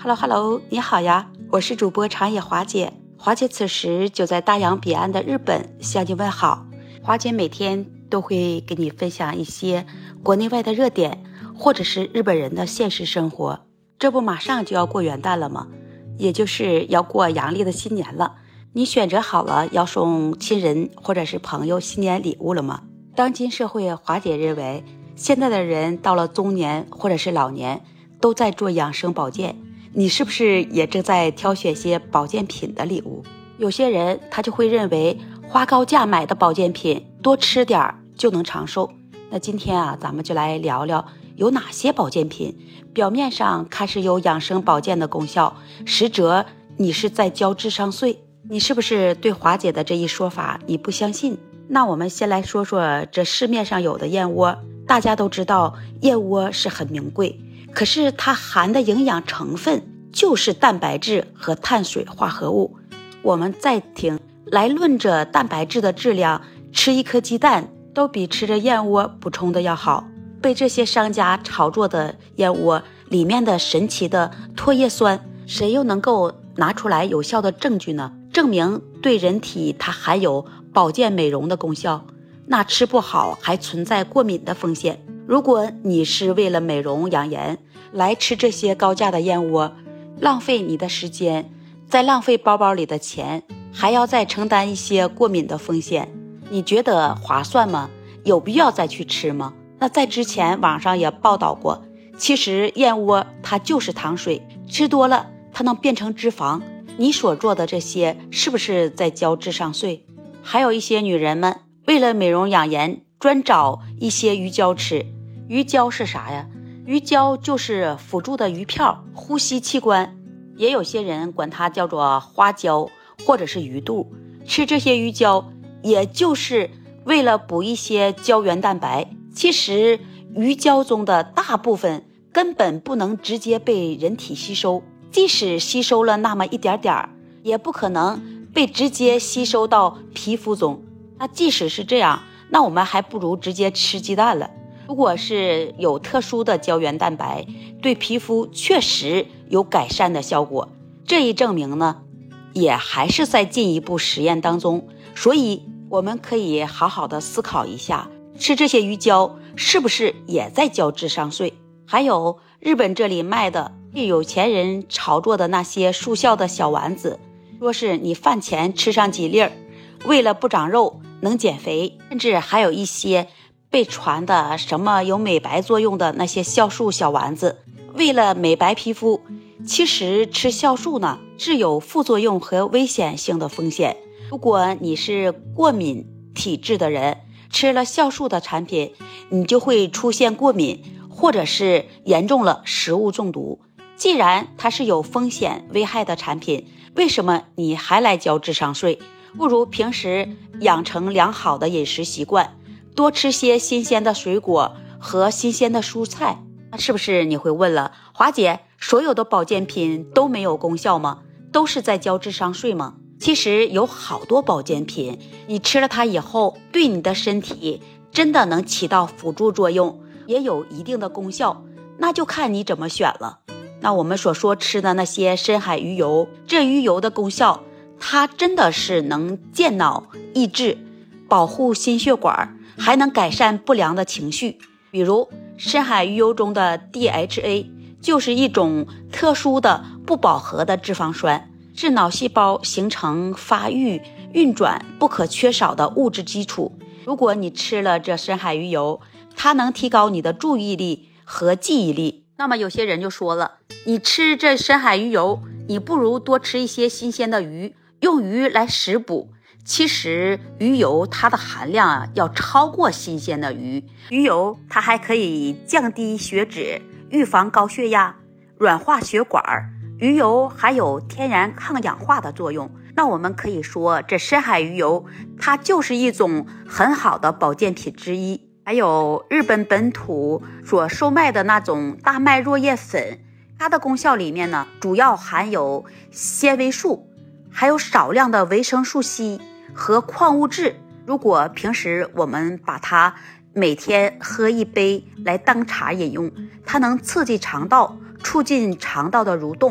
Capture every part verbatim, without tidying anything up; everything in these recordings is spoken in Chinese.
Hello Hello， 你好呀，我是主播长野华姐。华姐此时就在大洋彼岸的日本向你问好。华姐每天都会给你分享一些国内外的热点，或者是日本人的现实生活。这不马上就要过元旦了吗？也就是要过阳历的新年了。你选择好了要送亲人或者是朋友新年礼物了吗？当今社会，华姐认为现在的人到了中年或者是老年都在做养生保健，你是不是也正在挑选些保健品的礼物？有些人他就会认为花高价买的保健品多吃点就能长寿。那今天啊，咱们就来聊聊有哪些保健品表面上看是有养生保健的功效，实则你是在交智商税。你是不是对华姐的这一说法你不相信？那我们先来说说这市面上有的燕窝。大家都知道燕窝是很名贵，可是它含的营养成分就是蛋白质和碳水化合物。我们再听来论着蛋白质的质量，吃一颗鸡蛋都比吃着燕窝补充的要好。被这些商家炒作的燕窝里面的神奇的唾液酸，谁又能够拿出来有效的证据呢？证明对人体它含有保健美容的功效，那吃不好还存在过敏的风险。如果你是为了美容养颜来吃这些高价的燕窝，浪费你的时间，再浪费包包里的钱，还要再承担一些过敏的风险，你觉得划算吗？有必要再去吃吗？那在之前网上也报道过，其实燕窝它就是糖水，吃多了它能变成脂肪。你所做的这些是不是在交智商税？还有一些女人们为了美容养颜专找一些鱼胶吃。鱼胶是啥呀？鱼胶就是辅助的鱼票，呼吸器官。也有些人管它叫做花胶或者是鱼肚。吃这些鱼胶也就是为了补一些胶原蛋白。其实鱼胶中的大部分根本不能直接被人体吸收，即使吸收了那么一点点，也不可能被直接吸收到皮肤中。那即使是这样，那我们还不如直接吃鸡蛋了。如果是有特殊的胶原蛋白，对皮肤确实有改善的效果。这一证明呢，也还是在进一步实验当中。所以我们可以好好的思考一下，吃这些鱼胶是不是也在交智商税？还有日本这里卖的被有钱人炒作的那些速效的小丸子，说是你饭前吃上几粒儿，为了不长肉能减肥，甚至还有一些被传的什么有美白作用的那些酵素小丸子，为了美白皮肤。其实吃酵素呢是有副作用和危险性的风险。如果你是过敏体质的人，吃了酵素的产品，你就会出现过敏，或者是严重了食物中毒。既然它是有风险危害的产品，为什么你还来交智商税？不如平时养成良好的饮食习惯，多吃些新鲜的水果和新鲜的蔬菜。是不是你会问了，华姐，所有的保健品都没有功效吗？都是在交智商税吗？其实有好多保健品，你吃了它以后，对你的身体真的能起到辅助作用，也有一定的功效，那就看你怎么选了。那我们所说吃的那些深海鱼油，这鱼油的功效，它真的是能健脑益智，保护心血管，还能改善不良的情绪。比如深海鱼油中的 D H A 就是一种特殊的不饱和的脂肪酸，是脑细胞形成发育运转不可缺少的物质基础。如果你吃了这深海鱼油，它能提高你的注意力和记忆力。那么有些人就说了，你吃这深海鱼油，你不如多吃一些新鲜的鱼，用鱼来食补。其实鱼油它的含量啊要超过新鲜的鱼。鱼油它还可以降低血脂，预防高血压，软化血管。鱼油还有天然抗氧化的作用。那我们可以说这深海鱼油它就是一种很好的保健品之一。还有日本本土所售卖的那种大麦若叶粉，它的功效里面呢主要含有纤维素，还有少量的维生素 C 和矿物质。如果平时我们把它每天喝一杯来当茶饮用，它能刺激肠道，促进肠道的蠕动，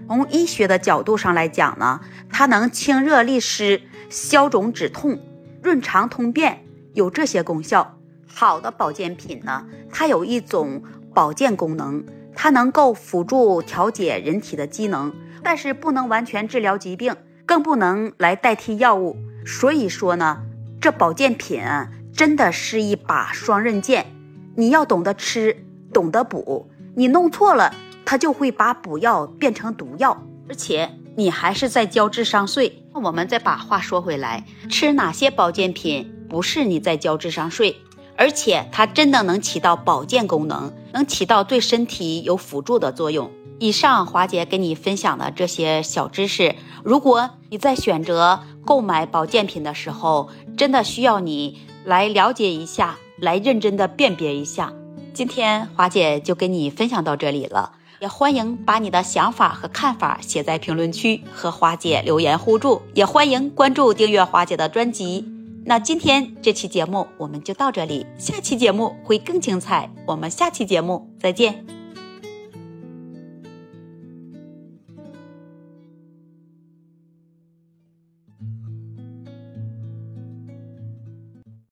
从医学的角度上来讲呢，它能清热利湿、消肿止痛、润肠通便，有这些功效。好的保健品呢，它有一种保健功能，它能够辅助调节人体的机能，但是不能完全治疗疾病，更不能来代替药物。所以说呢，这保健品啊，真的是一把双刃剑，你要懂得吃，懂得补，你弄错了，它就会把补药变成毒药，而且你还是在交智商税。我们再把话说回来，吃哪些保健品不是你在交智商税，而且它真的能起到保健功能，能起到对身体有辅助的作用。以上华姐给你分享的这些小知识，如果你在选择购买保健品的时候，真的需要你来了解一下，来认真的辨别一下。今天华姐就跟你分享到这里了，也欢迎把你的想法和看法写在评论区和华姐留言互助，也欢迎关注订阅华姐的专辑。那今天这期节目我们就到这里，下期节目会更精彩，我们下期节目再见。